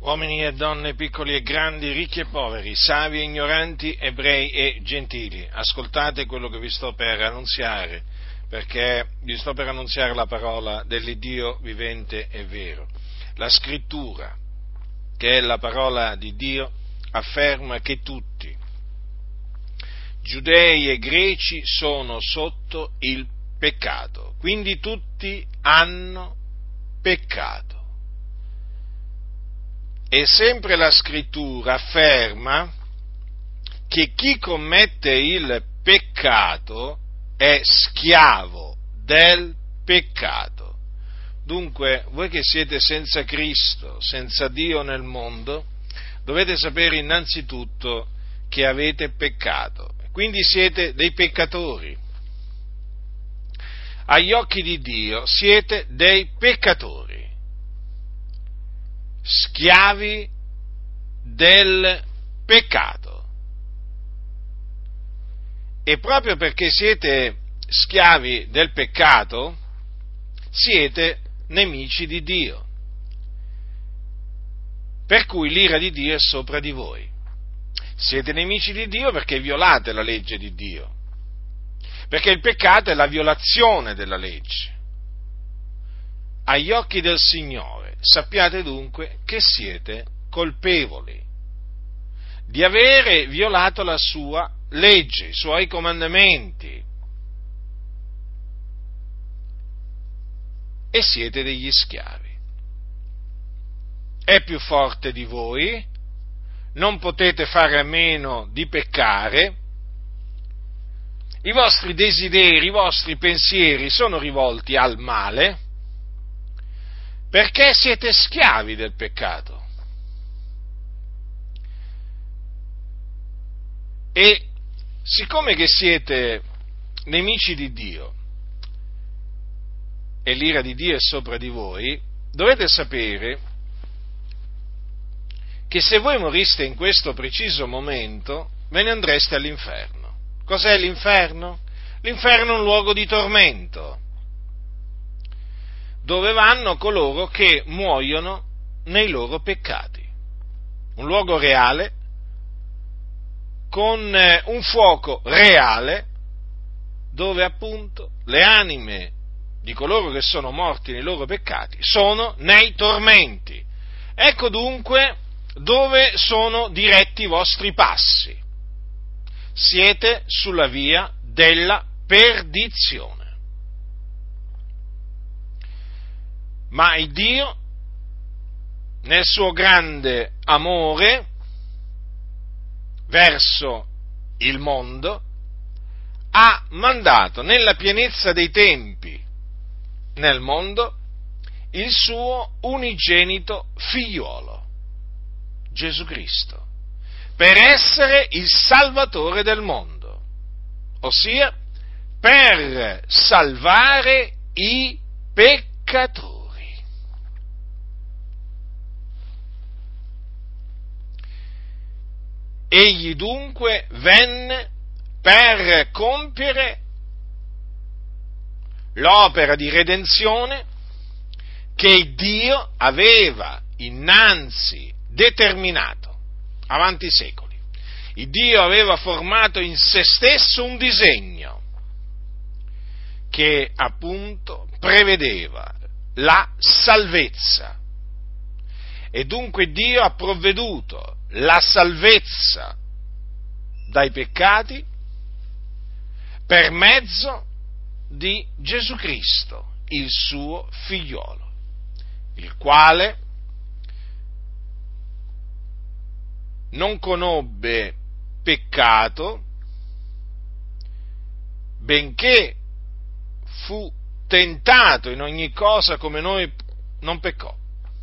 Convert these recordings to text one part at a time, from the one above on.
Uomini e donne, piccoli e grandi, ricchi e poveri, savi e ignoranti, ebrei e gentili, ascoltate quello che vi sto per annunziare, perché vi sto per annunziare la parola dell'Iddio vivente e vero. La Scrittura, che è la parola di Dio, afferma che tutti, giudei e greci, sono sotto il peccato, quindi tutti hanno peccato. E sempre la Scrittura afferma che chi commette il peccato è schiavo del peccato. Dunque, voi che siete senza Cristo, senza Dio nel mondo, dovete sapere innanzitutto che avete peccato, quindi siete dei peccatori. Agli occhi di Dio siete dei peccatori, schiavi del peccato. E proprio perché siete schiavi del peccato, siete nemici di Dio, per cui l'ira di Dio è sopra di voi. Siete nemici di Dio perché violate la legge di Dio, perché il peccato è la violazione della legge. Agli occhi del Signore sappiate dunque che siete colpevoli di avere violato la sua legge, i suoi comandamenti, e siete degli schiavi. È più forte di voi, non potete fare a meno di peccare, i vostri desideri, i vostri pensieri sono rivolti al male, perché siete schiavi del peccato. E siccome che siete nemici di Dio e l'ira di Dio è sopra di voi, dovete sapere che se voi moriste in questo preciso momento, ve ne andreste all'inferno. Cos'è l'inferno? L'inferno è un luogo di tormento, dove vanno coloro che muoiono nei loro peccati. Un luogo reale, con un fuoco reale, dove appunto le anime di coloro che sono morti nei loro peccati sono nei tormenti. Ecco dunque dove sono diretti i vostri passi. Siete sulla via della perdizione. Ma il Dio, nel suo grande amore verso il mondo, ha mandato nella pienezza dei tempi nel mondo il suo unigenito figliuolo, Gesù Cristo, per essere il Salvatore del mondo, ossia per salvare i peccatori. Egli dunque venne per compiere l'opera di redenzione che Dio aveva innanzi determinato avanti i secoli. Il Dio aveva formato in se stesso un disegno che appunto prevedeva la salvezza, e dunque Dio ha provveduto la salvezza dai peccati per mezzo di Gesù Cristo, il suo figliolo, il quale non conobbe peccato, benché fu tentato in ogni cosa come noi, non peccò.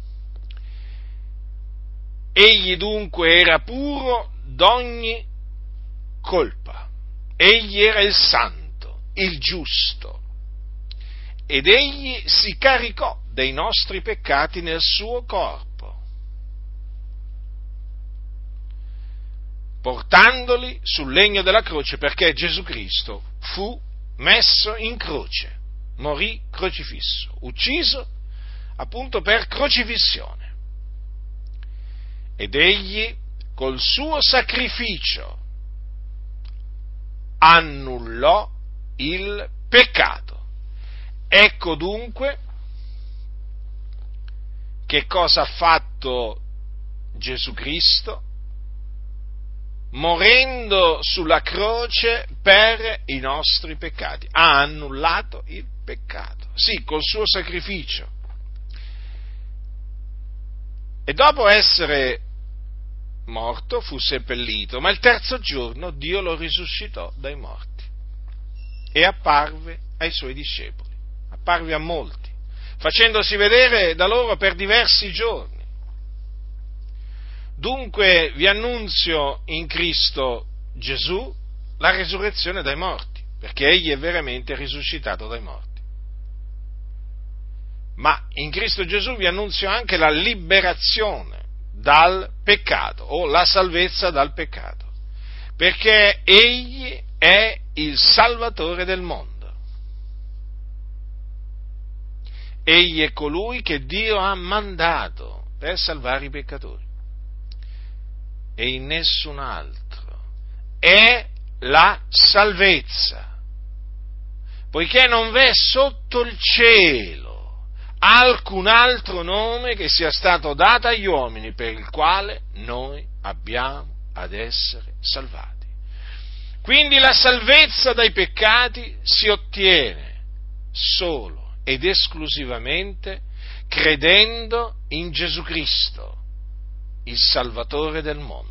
Egli dunque era puro d'ogni colpa, egli era il santo, il giusto, ed egli si caricò dei nostri peccati nel suo corpo, portandoli sul legno della croce, perché Gesù Cristo fu messo in croce, morì crocifisso, ucciso appunto per crocifissione. ed egli col suo sacrificio annullò il peccato. Ecco dunque che cosa ha fatto Gesù Cristo morendo sulla croce per i nostri peccati. Ha annullato il peccato, sì, col suo sacrificio. E dopo essere morto fu seppellito, ma il terzo giorno Dio lo risuscitò dai morti e apparve ai suoi discepoli, apparve a molti, facendosi vedere da loro per diversi giorni. Dunque vi annunzio in Cristo Gesù la resurrezione dai morti, perché egli è veramente risuscitato dai morti. Ma in Cristo Gesù vi annunzio anche la liberazione dal peccato, o la salvezza dal peccato, perché egli è il Salvatore del mondo. Egli è colui che Dio ha mandato per salvare i peccatori. E in nessun altro è la salvezza, poiché non v'è sotto il cielo alcun altro nome che sia stato dato agli uomini per il quale noi abbiamo ad essere salvati. Quindi la salvezza dai peccati si ottiene solo ed esclusivamente credendo in Gesù Cristo, il Salvatore del mondo.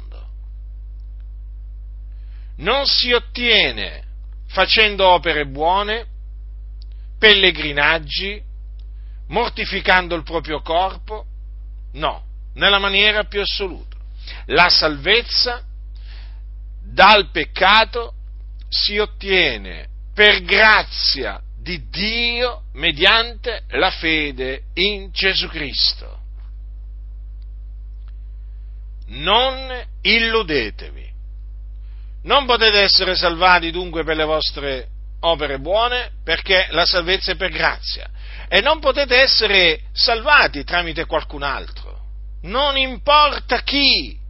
Non si ottiene facendo opere buone, pellegrinaggi, mortificando il proprio corpo, no, nella maniera più assoluta. La salvezza dal peccato si ottiene per grazia di Dio mediante la fede in Gesù Cristo. Non illudetevi. Non potete essere salvati dunque per le vostre opere buone, perché la salvezza è per grazia, e non potete essere salvati tramite qualcun altro, non importa chi.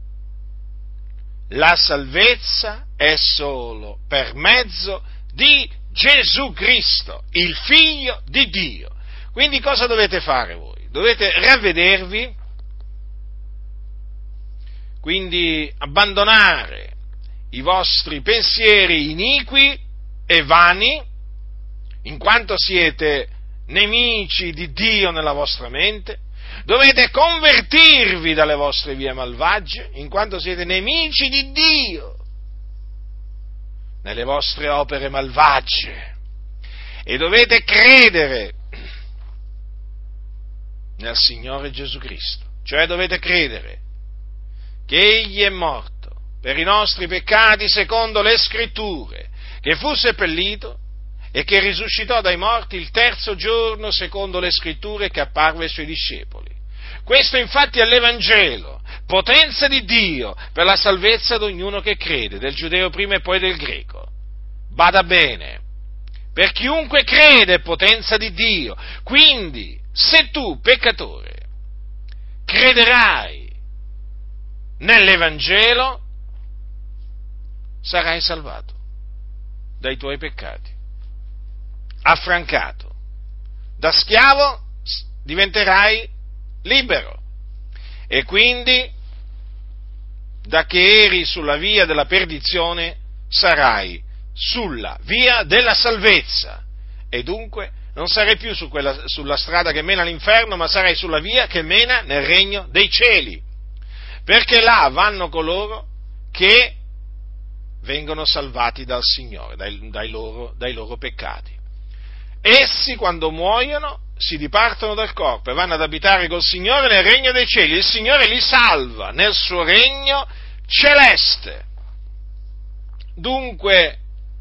La salvezza è solo per mezzo di Gesù Cristo, il Figlio di Dio. Quindi cosa dovete fare voi? Dovete ravvedervi, quindi abbandonare i vostri pensieri iniqui e vani, in quanto siete nemici di Dio nella vostra mente. Dovete convertirvi dalle vostre vie malvagie, in quanto siete nemici di Dio nelle vostre opere malvagie, e dovete credere nel Signore Gesù Cristo, cioè dovete credere che Egli è morto per i nostri peccati secondo le Scritture, che fu seppellito e che risuscitò dai morti il terzo giorno secondo le Scritture, che apparve ai Suoi discepoli. Questo infatti è l'Evangelo, potenza di Dio per la salvezza di ognuno che crede, del giudeo prima e poi del greco. Bada bene, per chiunque crede è potenza di Dio. Quindi, se tu, peccatore, crederai nell'Evangelo, sarai salvato dai tuoi peccati, affrancato, da schiavo diventerai libero, e quindi da che eri sulla via della perdizione sarai sulla via della salvezza, e dunque non sarai più sulla strada che mena all'inferno, ma sarai sulla via che mena nel regno dei cieli, perché là vanno coloro che vengono salvati dal Signore, dai loro peccati. Essi, quando muoiono, si dipartono dal corpo e vanno ad abitare col Signore nel regno dei cieli. Il Signore li salva nel suo regno celeste. Dunque,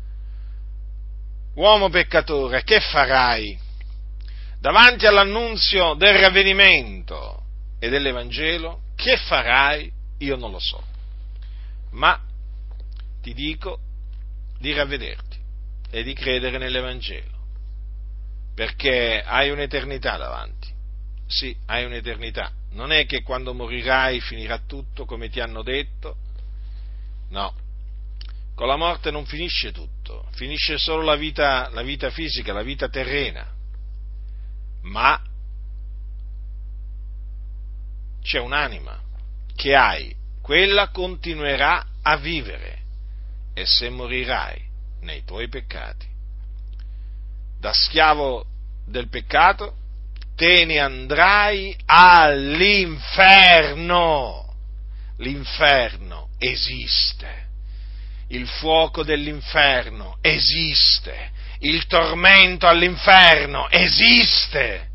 uomo peccatore, che farai? Davanti all'annunzio del ravvedimento e dell'Evangelo, che farai? Io non lo so. Ma ti dico di ravvederti e di credere nell'Evangelo, perché hai un'eternità davanti. Sì, hai un'eternità, non è che quando morirai finirà tutto come ti hanno detto, no, con la morte non finisce tutto, finisce solo la vita fisica, la vita terrena, ma c'è un'anima che hai, quella continuerà a vivere, e se morirai nei tuoi peccati, da schiavo del peccato, te ne andrai all'inferno. L'inferno esiste, il fuoco dell'inferno esiste, il tormento all'inferno esiste.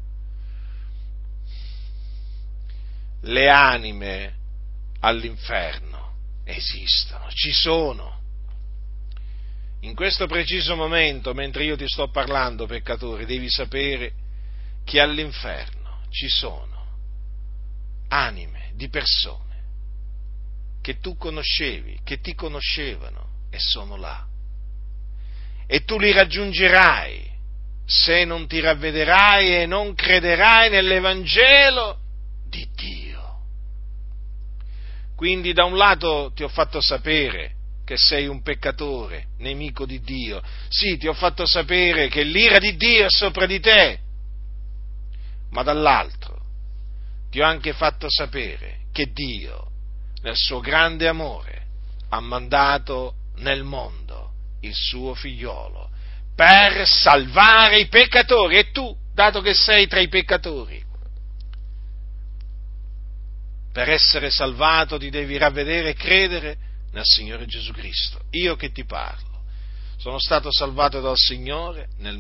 Le anime all'inferno esistono, ci sono. In questo preciso momento, mentre io ti sto parlando, peccatore, devi sapere che all'inferno ci sono anime di persone che tu conoscevi, che ti conoscevano e sono là. E tu li raggiungerai se non ti ravvederai e non crederai nell'Evangelo di Dio. Quindi da un lato ti ho fatto sapere che sei un peccatore, nemico di Dio. Sì, ti ho fatto sapere che l'ira di Dio è sopra di te, ma dall'altro ti ho anche fatto sapere che Dio, nel suo grande amore, ha mandato nel mondo il suo figliolo per salvare i peccatori, e tu, dato che sei tra i peccatori, per essere salvato ti devi ravvedere e credere nel Signore Gesù Cristo. Io che ti parlo sono stato salvato dal Signore nel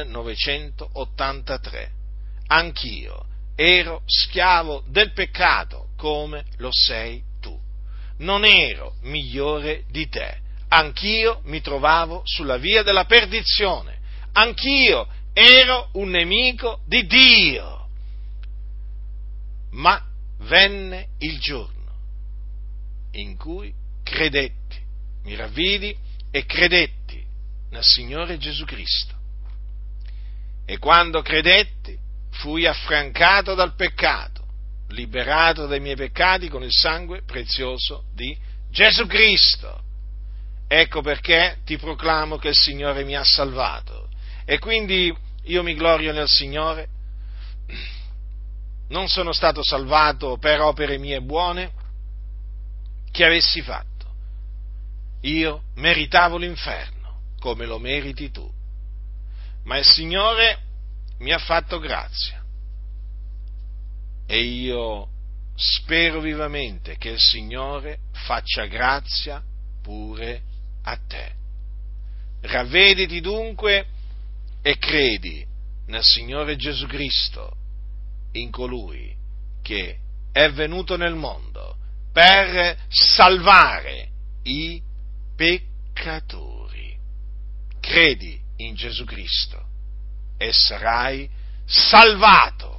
1983. Anch'io ero schiavo del peccato come lo sei tu. Non ero migliore di te. Anch'io mi trovavo sulla via della perdizione. Anch'io ero un nemico di Dio. Ma venne il giorno in cui credetti, mi ravvidi e credetti nel Signore Gesù Cristo. E quando credetti, fui affrancato dal peccato, liberato dai miei peccati con il sangue prezioso di Gesù Cristo. Ecco perché ti proclamo che il Signore mi ha salvato. E quindi io mi glorio nel Signore. Non sono stato salvato per opere mie buone che avessi fatto. Io meritavo l'inferno, come lo meriti tu. Ma il Signore mi ha fatto grazia. E io spero vivamente che il Signore faccia grazia pure a te. Ravvediti dunque e credi nel Signore Gesù Cristo, in colui che è venuto nel mondo per salvare i peccatori. Credi in Gesù Cristo e sarai salvato.